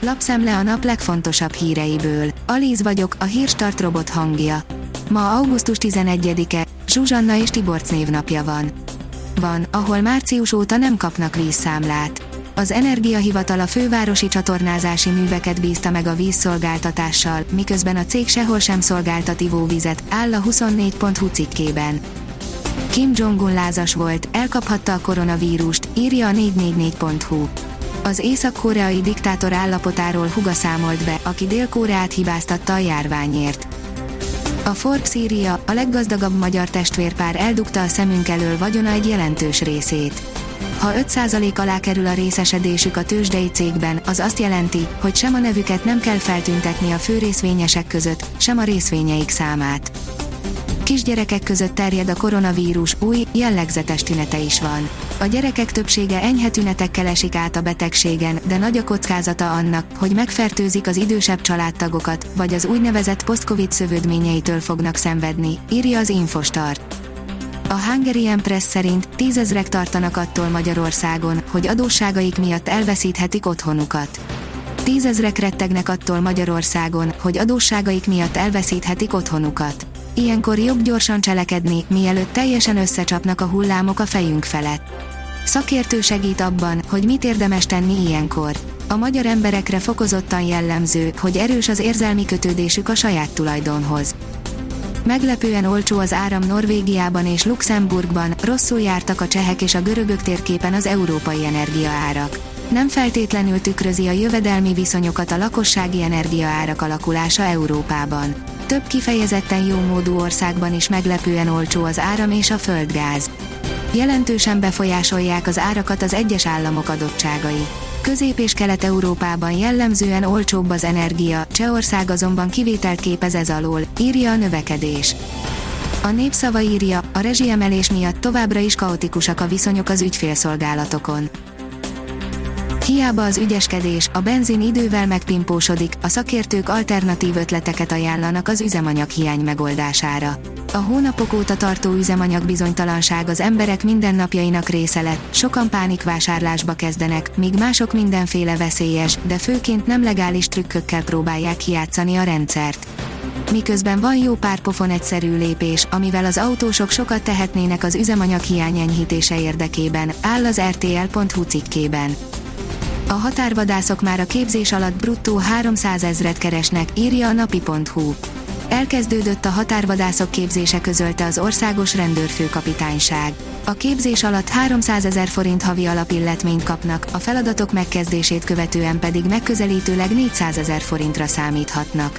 Lapszemle a nap legfontosabb híreiből. Alíz vagyok, a Hírstart robot hangja. Ma augusztus 11-e, Zsuzsanna és Tiborc névnapja van. Van, ahol március óta nem kapnak vízszámlát. Az Energiahivatal a fővárosi csatornázási műveket bízta meg a vízszolgáltatással, miközben a cég sehol sem szolgáltat ivóvizet, áll a 24.hu cikkében. Kim Jong-un lázas volt, elkaphatta a koronavírust, írja a 444.hu. Az észak-koreai diktátor állapotáról Huga számolt be, aki Dél-Koreát hibáztatta a járványért. A Forbes írja, a leggazdagabb magyar testvérpár eldugta a szemünk elől vagyona egy jelentős részét. Ha 5% alá kerül a részesedésük a tőzsdei cégben, az azt jelenti, hogy sem a nevüket nem kell feltüntetni a fő részvényesek között, sem a részvényeik számát. Kisgyerekek között terjed a koronavírus, új, jellegzetes tünete is van. A gyerekek többsége enyhe tünetekkel esik át a betegségen, de nagy a kockázata annak, hogy megfertőzik az idősebb családtagokat, vagy az úgynevezett post-covid szövődményeitől fognak szenvedni, írja az Infostart. A Hungarian Press szerint 10 000-ek tartanak attól Magyarországon, hogy adósságaik miatt elveszíthetik otthonukat. 10 000-ek rettegnek attól Magyarországon, hogy adósságaik miatt elveszíthetik otthonukat. Ilyenkor jobb gyorsan cselekedni, mielőtt teljesen összecsapnak a hullámok a fejünk felett. Szakértő segít abban, hogy mit érdemes tenni ilyenkor. A magyar emberekre fokozottan jellemző, hogy erős az érzelmi kötődésük a saját tulajdonhoz. Meglepően olcsó az áram Norvégiában és Luxemburgban, rosszul jártak a csehek és a görögök térképen az európai energiaárak. Nem feltétlenül tükrözi a jövedelmi viszonyokat a lakossági energiaárak alakulása Európában. Több kifejezetten jómódú országban is meglepően olcsó az áram és a földgáz. Jelentősen befolyásolják az árakat az egyes államok adottságai. Közép- és Kelet-Európában jellemzően olcsóbb az energia, Csehország azonban kivételt képez ez alól, írja a Növekedés. A Népszava írja, a rezsiemelés miatt továbbra is kaotikusak a viszonyok az ügyfélszolgálatokon. Hiába az ügyeskedés, a benzin idővel megpimpósodik, a szakértők alternatív ötleteket ajánlanak az üzemanyaghiány megoldására. A hónapok óta tartó üzemanyagbizonytalanság az emberek mindennapjainak része lett, sokan pánikvásárlásba kezdenek, míg mások mindenféle veszélyes, de főként nem legális trükkökkel próbálják kijátszani a rendszert. Miközben van jó pár pofon egyszerű lépés, amivel az autósok sokat tehetnének az üzemanyaghiány enyhítése érdekében, áll az rtl.hu cikkében. A határvadászok már a képzés alatt bruttó 300 000-et keresnek, írja a napi.hu. Elkezdődött a határvadászok képzése, közölte az országos rendőrfőkapitányság. A képzés alatt 300 000 forint havi alapilletményt kapnak, a feladatok megkezdését követően pedig megközelítőleg 400 000 forintra számíthatnak.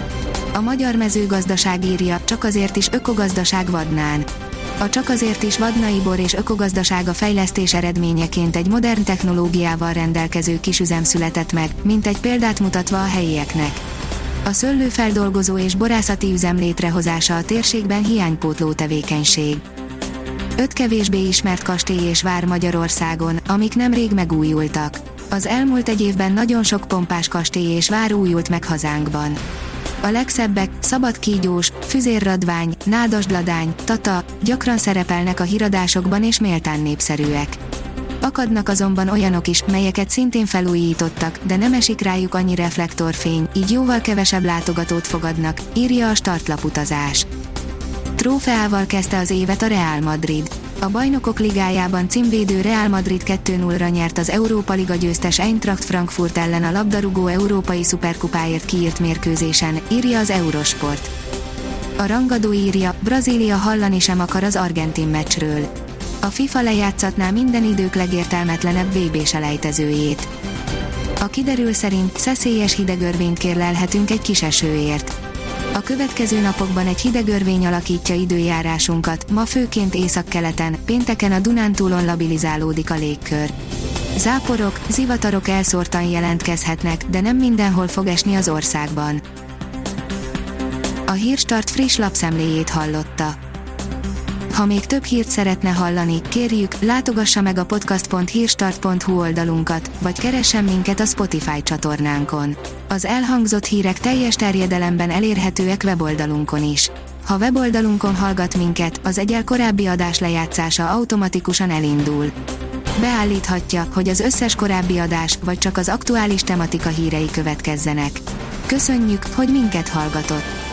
A Magyar Mezőgazdaság írja, csak azért is ökogazdaság Vadnán. A csak azért is vadnai bor és ökogazdasága fejlesztés eredményeként egy modern technológiával rendelkező kisüzem született meg, mint egy példát mutatva a helyieknek. A szőlőfeldolgozó és borászati üzem létrehozása a térségben hiánypótló tevékenység. 5 kevésbé ismert kastély és vár Magyarországon, amik nemrég megújultak. Az elmúlt egy évben nagyon sok pompás kastély és vár újult meg hazánkban. A legszebbek, Szabadkígyós, Füzérradvány, Nádasdladány, Tata, gyakran szerepelnek a híradásokban és méltán népszerűek. Akadnak azonban olyanok is, melyeket szintén felújítottak, de nem esik rájuk annyi reflektorfény, így jóval kevesebb látogatót fogadnak, írja a Startlaputazás. Trófeával kezdte az évet a Real Madrid. A Bajnokok Ligájában címvédő Real Madrid 2-0-ra nyert az Európa Liga győztes Eintracht Frankfurt ellen a labdarúgó európai szuperkupáért kiírt mérkőzésen, írja az Eurosport. A rangadó írja, Brazília hallani sem akar az argentin meccsről. A FIFA lejátszatná minden idők legértelmetlenebb VB-selejtezőjét. A kiderül szerint szeszélyes hidegörvényt kérlelhetünk egy kis esőért. A következő napokban egy hidegörvény alakítja időjárásunkat, ma főként északkeleten, pénteken a Dunántúlon labilizálódik a légkör. Záporok, zivatarok elszórtan jelentkezhetnek, de nem mindenhol fog esni az országban. A Hírstart friss lapszemléjét hallotta. Ha még több hírt szeretne hallani, kérjük, látogassa meg a podcast.hírstart.hu oldalunkat, vagy keressen minket a Spotify csatornánkon. Az elhangzott hírek teljes terjedelemben elérhetőek weboldalunkon is. Ha weboldalonkon hallgat minket, az egyel korábbi adás lejátszása automatikusan elindul. Beállíthatja, hogy az összes korábbi adás, vagy csak az aktuális tematika hírei következzenek. Köszönjük, hogy minket hallgatott!